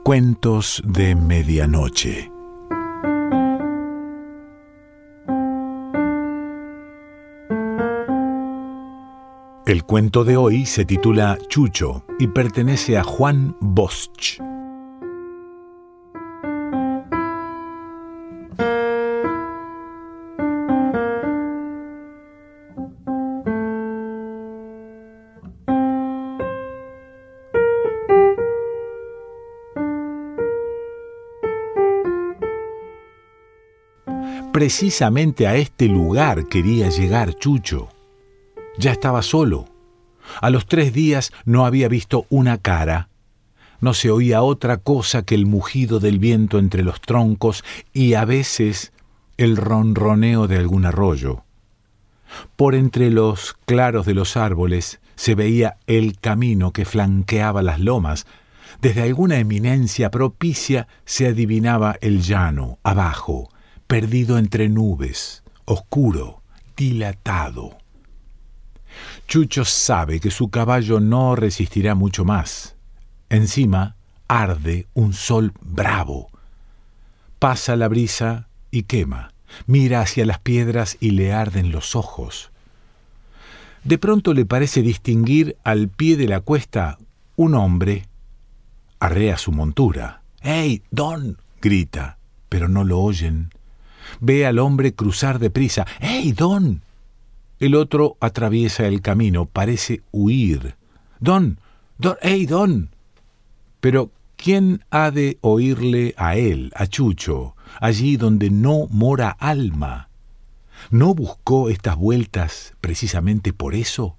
Cuentos de medianoche. El cuento de hoy se titula Chucho y pertenece a Juan Bosch. Precisamente a este lugar quería llegar Chucho. Ya estaba solo. A los 3 días no había visto una cara. No se oía otra cosa que el mugido del viento entre los troncos y a veces el ronroneo de algún arroyo. Por entre los claros de los árboles se veía el camino que flanqueaba las lomas. Desde alguna eminencia propicia se adivinaba el llano, abajo, perdido entre nubes, oscuro, dilatado. Chucho sabe que su caballo no resistirá mucho más. Encima arde un sol bravo. Pasa la brisa y quema. Mira hacia las piedras y le arden los ojos. De pronto le parece distinguir al pie de la cuesta un hombre. Arrea su montura. ¡Hey, Don! Grita, pero no lo oyen. Ve al hombre cruzar deprisa. ¡Hey, Don! El otro atraviesa el camino, parece huir. ¡Don! ¡Don! ¡Hey, Don! Pero ¿quién ha de oírle a él, a Chucho, allí donde no mora alma? ¿No buscó estas vueltas precisamente por eso?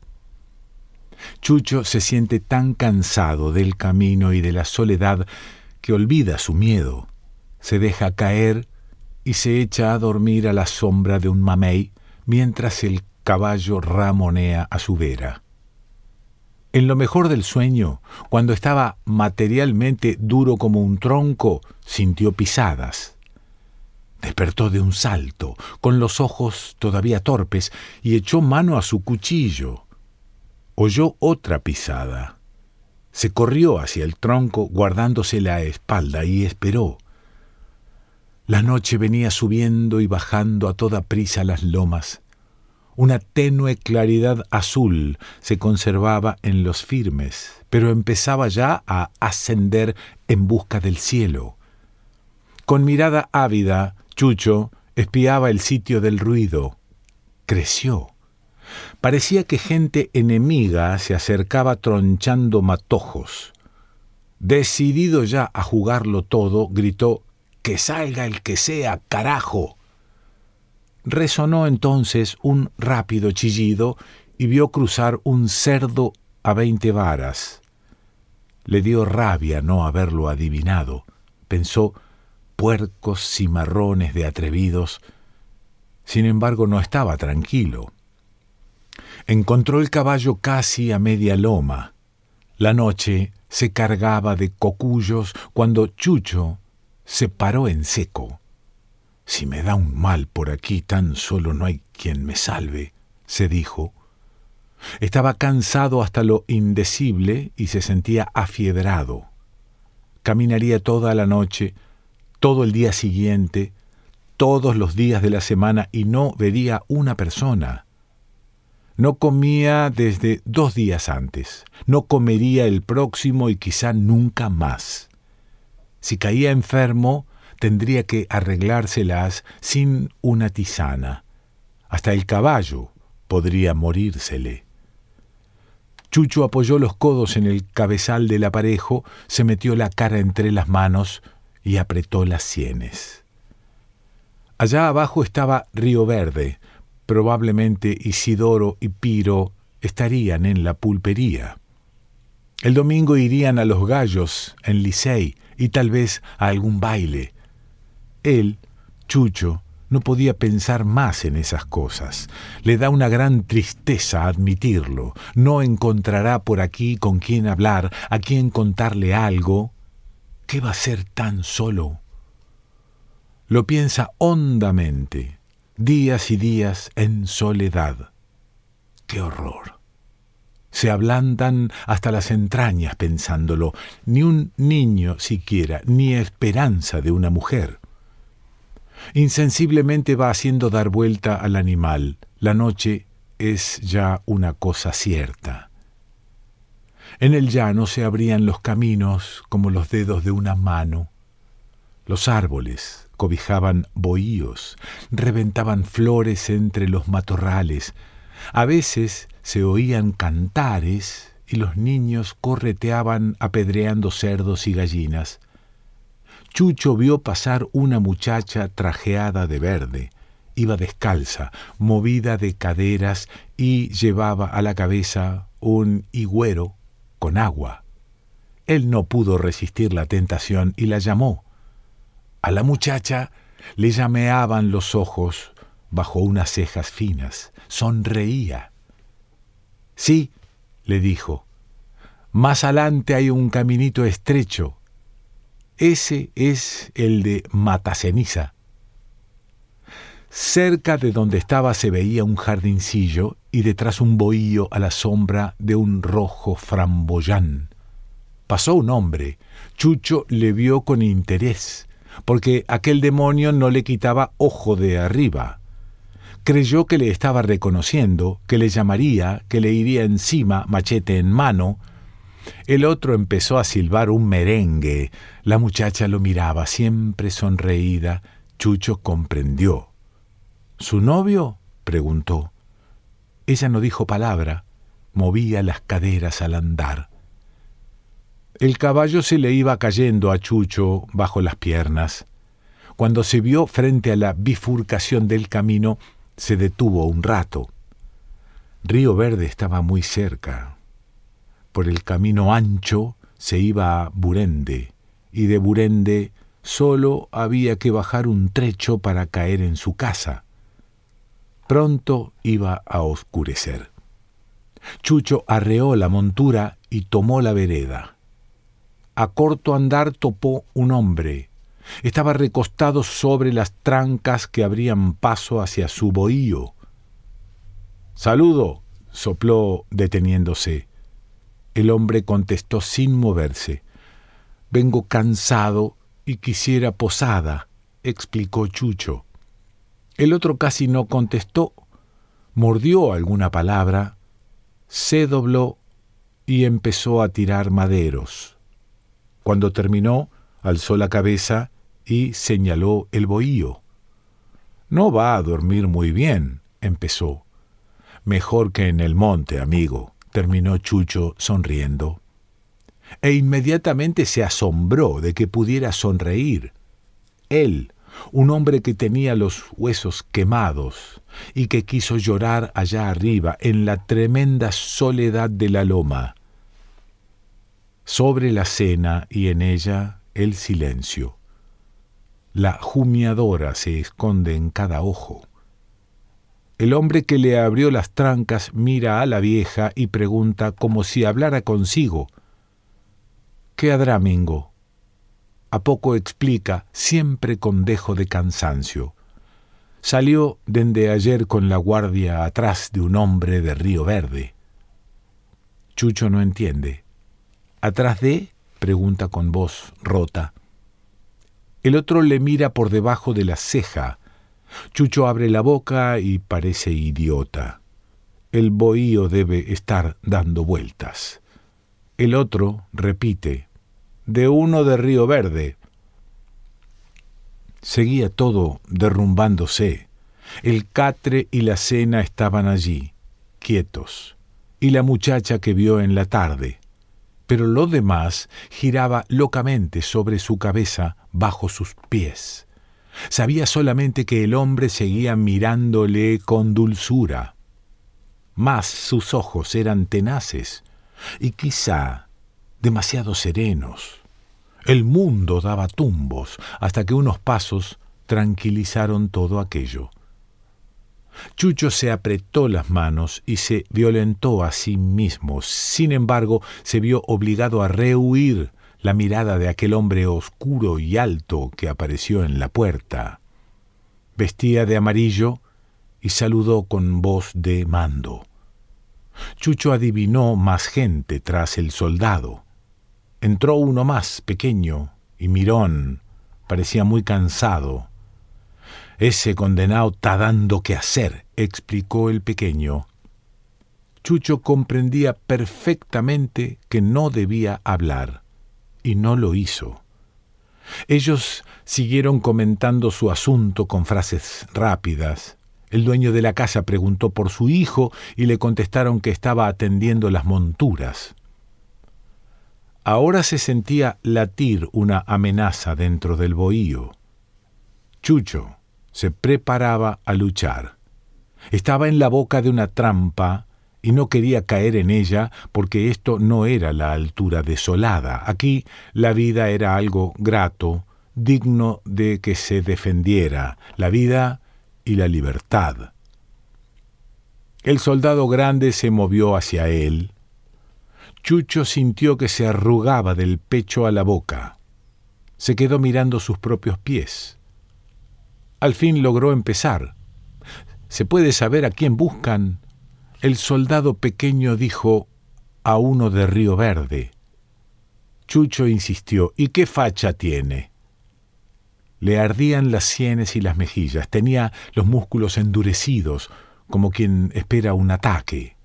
Chucho se siente tan cansado del camino y de la soledad que olvida su miedo. Se deja caer y se echa a dormir a la sombra de un mamey mientras el caballo ramonea a su vera. En lo mejor del sueño, cuando estaba materialmente duro como un tronco, sintió pisadas. Despertó de un salto, con los ojos todavía torpes, y echó mano a su cuchillo. Oyó otra pisada. Se corrió hacia el tronco, guardándose la espalda, y esperó. La noche venía subiendo y bajando a toda prisa las lomas. Una tenue claridad azul se conservaba en los firmes, pero empezaba ya a ascender en busca del cielo. Con mirada ávida, Chucho espiaba el sitio del ruido. Creció. Parecía que gente enemiga se acercaba tronchando matojos. Decidido ya a jugarlo todo, gritó: ¡Que salga el que sea, carajo! Resonó entonces un rápido chillido y vio cruzar un cerdo a 20 varas. Le dio rabia no haberlo adivinado. Pensó: puercos cimarrones de atrevidos. Sin embargo, no estaba tranquilo. Encontró el caballo casi a media loma. La noche se cargaba de cocuyos cuando Chucho se paró en seco. «Si me da un mal por aquí, tan solo no hay quien me salve», se dijo. Estaba cansado hasta lo indecible y se sentía afiebrado. Caminaría toda la noche, todo el día siguiente, todos los días de la semana y no vería una persona. No comía desde 2 días antes. No comería el próximo y quizá nunca más. Si caía enfermo, tendría que arreglárselas sin una tisana. Hasta el caballo podría morírsele. Chucho apoyó los codos en el cabezal del aparejo, se metió la cara entre las manos y apretó las sienes. Allá abajo estaba Río Verde. Probablemente Isidoro y Piro estarían en la pulpería. El domingo irían a Los Gallos, en Licey, y tal vez a algún baile. Él, Chucho, no podía pensar más en esas cosas. Le da una gran tristeza admitirlo. No encontrará por aquí con quién hablar, a quién contarle algo. ¿Qué va a ser tan solo? Lo piensa hondamente, días y días en soledad. ¡Qué horror! se ablandan hasta las entrañas pensándolo, ni un niño siquiera, ni esperanza de una mujer. Insensiblemente va haciendo dar vuelta al animal. La noche es ya una cosa cierta. En el llano se abrían los caminos como los dedos de una mano. Los árboles cobijaban bohíos, reventaban flores entre los matorrales. A veces se oían cantares y los niños correteaban apedreando cerdos y gallinas. Chucho vio pasar una muchacha trajeada de verde. Iba descalza, movida de caderas y llevaba a la cabeza un higüero con agua. Él no pudo resistir la tentación y la llamó. A la muchacha le llameaban los ojos bajo unas cejas finas. Sonreía. «Sí», le dijo, «más adelante hay un caminito estrecho. Ese es el de Mataceniza». Cerca de donde estaba se veía un jardincillo y detrás un bohío a la sombra de un rojo framboyán. Pasó un hombre. Chucho le vio con interés, porque aquel demonio no le quitaba ojo de arriba. Creyó que le estaba reconociendo, que le llamaría, que le iría encima, machete en mano. El otro empezó a silbar un merengue. La muchacha lo miraba, siempre sonreída. Chucho comprendió. ¿Su novio?, preguntó. Ella no dijo palabra, movía las caderas al andar. El caballo se le iba cayendo a Chucho bajo las piernas. Cuando se vio frente a la bifurcación del camino, se detuvo un rato. Río Verde estaba muy cerca. Por el camino ancho se iba a Burende, y de Burende solo había que bajar un trecho para caer en su casa. Pronto iba a oscurecer. Chucho arreó la montura y tomó la vereda. A corto andar topó un hombre. Estaba recostado sobre las trancas que abrían paso hacia su bohío. «Saludo», sopló deteniéndose. El hombre contestó sin moverse. «Vengo cansado y quisiera posada», explicó Chucho. El otro casi no contestó, mordió alguna palabra, se dobló y empezó a tirar maderos. Cuando terminó, alzó la cabeza y señaló el bohío. «No va a dormir muy bien», empezó. «Mejor que en el monte, amigo», terminó Chucho sonriendo. E inmediatamente se asombró de que pudiera sonreír. Él, un hombre que tenía los huesos quemados y que quiso llorar allá arriba, en la tremenda soledad de la loma. Sobre la cena y en ella el silencio. La jumiadora se esconde en cada ojo. El hombre que le abrió las trancas mira a la vieja y pregunta como si hablara consigo. «¿Qué hará Mingo?» A poco explica, siempre con dejo de cansancio. «Salió dende ayer con la guardia atrás de un hombre de Río Verde». Chucho no entiende. «¿Atrás de?» pregunta con voz rota. El otro le mira por debajo de la ceja. Chucho abre la boca y parece idiota. El bohío debe estar dando vueltas. El otro repite: «De uno de Río Verde». Seguía todo derrumbándose. El catre y la cena estaban allí, quietos, y la muchacha que vio en la tarde. Pero lo demás giraba locamente sobre su cabeza, bajo sus pies. Sabía solamente que el hombre seguía mirándole con dulzura. Mas sus ojos eran tenaces y quizá demasiado serenos. El mundo daba tumbos hasta que unos pasos tranquilizaron todo aquello. Chucho se apretó las manos y se violentó a sí mismo. Sin embargo, se vio obligado a rehuir la mirada de aquel hombre oscuro y alto que apareció en la puerta. Vestía de amarillo y saludó con voz de mando. Chucho adivinó más gente tras el soldado. Entró uno más, pequeño y mirón, parecía muy cansado. «Ese condenado está dando qué hacer», explicó el pequeño. Chucho comprendía perfectamente que no debía hablar, y no lo hizo. Ellos siguieron comentando su asunto con frases rápidas. El dueño de la casa preguntó por su hijo y le contestaron que estaba atendiendo las monturas. Ahora se sentía latir una amenaza dentro del bohío. Chucho se preparaba a luchar. Estaba en la boca de una trampa y no quería caer en ella porque esto no era la altura desolada. Aquí la vida era algo grato, digno de que se defendiera, la vida y la libertad. El soldado grande se movió hacia él. Chucho sintió que se arrugaba del pecho a la boca. Se quedó mirando sus propios pies. Al fin logró empezar. «¿Se puede saber a quién buscan?» El soldado pequeño dijo: «A uno de Río Verde». Chucho insistió: «¿Y qué facha tiene?» Le ardían las sienes y las mejillas. Tenía los músculos endurecidos, como quien espera un ataque.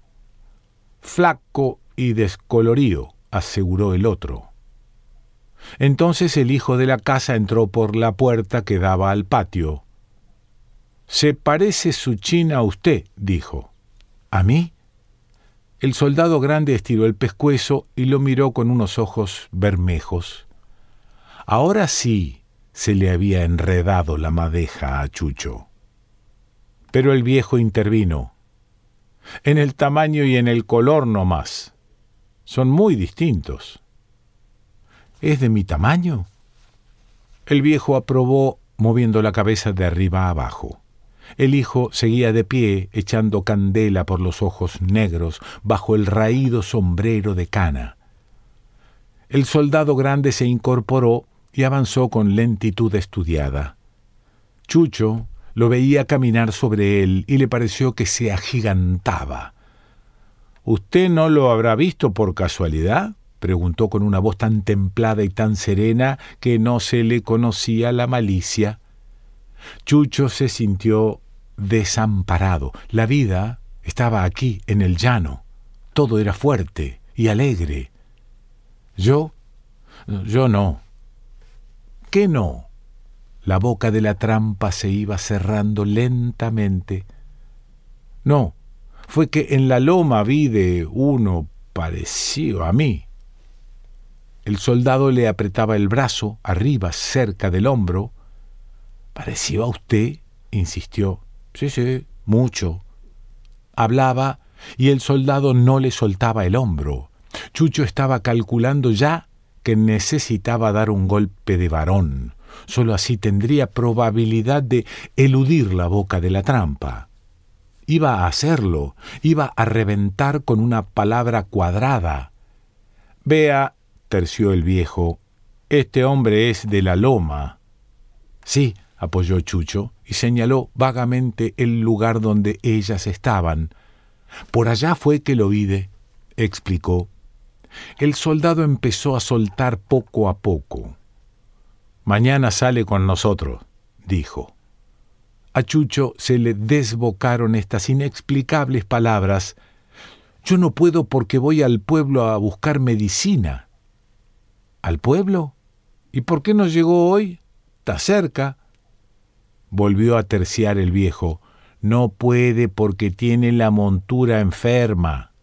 «Flaco y descolorido», aseguró el otro. Entonces el hijo de la casa entró por la puerta que daba al patio. «Se parece su china a usted», dijo. «¿A mí?» El soldado grande estiró el pescuezo y lo miró con unos ojos bermejos. Ahora sí se le había enredado la madeja a Chucho. Pero el viejo intervino. «En el tamaño y en el color no más. Son muy distintos». «¿Es de mi tamaño?» El viejo aprobó, moviendo la cabeza de arriba a abajo. El hijo seguía de pie, echando candela por los ojos negros bajo el raído sombrero de cana. El soldado grande se incorporó y avanzó con lentitud estudiada. Chucho lo veía caminar sobre él y le pareció que se agigantaba. «¿Usted no lo habrá visto por casualidad?», preguntó con una voz tan templada y tan serena que no se le conocía la malicia. Chucho se sintió desamparado. La vida estaba aquí, en el llano. Todo era fuerte y alegre. Yo no. ¿Qué no? La boca de la trampa se iba cerrando lentamente. No, fue que en la loma vi de uno parecido a mí. El soldado le apretaba el brazo, arriba, cerca del hombro. «¿Parecido a usted?», insistió. Sí, mucho». Hablaba y el soldado no le soltaba el hombro. Chucho estaba calculando ya que necesitaba dar un golpe de varón. Solo así tendría probabilidad de eludir la boca de la trampa. Iba a hacerlo, iba a reventar con una palabra cuadrada. «Vea», terció el viejo, «este hombre es de la loma». «Sí», apoyó Chucho y señaló vagamente el lugar donde ellas estaban. «Por allá fue que lo vi», explicó. El soldado empezó a soltar poco a poco. «Mañana sale con nosotros», dijo. A Chucho se le desbocaron estas inexplicables palabras. «Yo no puedo porque voy al pueblo a buscar medicina». «¿Al pueblo? ¿Y por qué no llegó hoy? Está cerca». Volvió a terciar el viejo. «No puede porque tiene la montura enferma».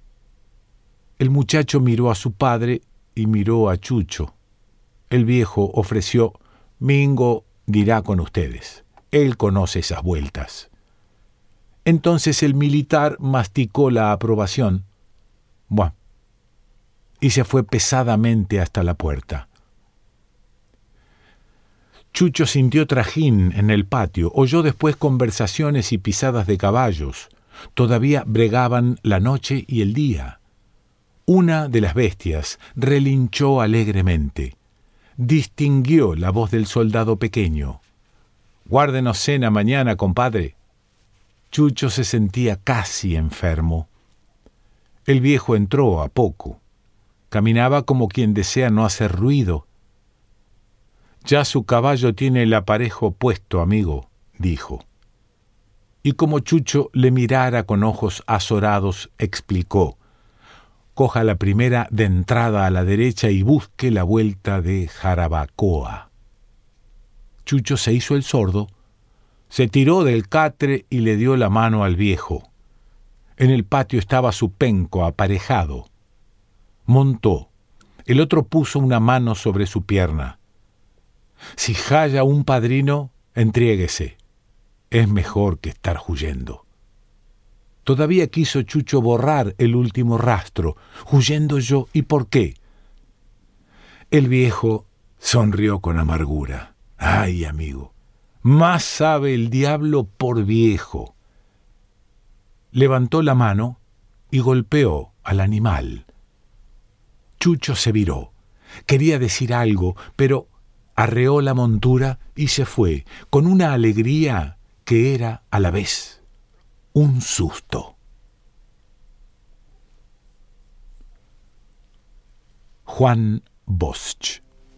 El muchacho miró a su padre y miró a Chucho. El viejo ofreció: «Mingo dirá con ustedes. Él conoce esas vueltas». Entonces el militar masticó la aprobación. «Buah», y se fue pesadamente hasta la puerta. Chucho sintió trajín en el patio, oyó después conversaciones y pisadas de caballos. Todavía bregaban la noche y el día. Una de las bestias relinchó alegremente. Distinguió la voz del soldado pequeño. «Guárdenos cena mañana, compadre». Chucho se sentía casi enfermo. El viejo entró a poco. Caminaba como quien desea no hacer ruido. «Ya su caballo tiene el aparejo puesto, amigo», dijo. Y como Chucho le mirara con ojos azorados, explicó: «Coja la primera de entrada a la derecha y busque la vuelta de Jarabacoa». Chucho se hizo el sordo, se tiró del catre y le dio la mano al viejo. En el patio estaba su penco aparejado. Montó. El otro puso una mano sobre su pierna. «Si haya un padrino, entriéguese. Es mejor que estar huyendo». Todavía quiso Chucho borrar el último rastro. «¿Huyendo yo? ¿Y por qué?». El viejo sonrió con amargura. «Ay, amigo, más sabe el diablo por viejo». Levantó la mano y golpeó al animal. Chucho se viró. Quería decir algo, pero arreó la montura y se fue, con una alegría que era a la vez un susto. Juan Bosch.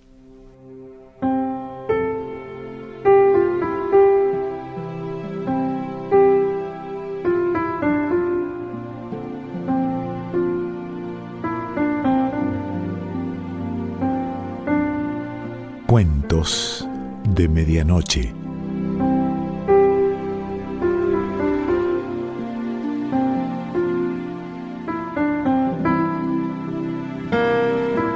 Cuentos de medianoche.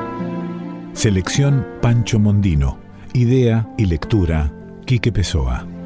Selección Pancho Mondino. Idea y lectura Quique Pessoa.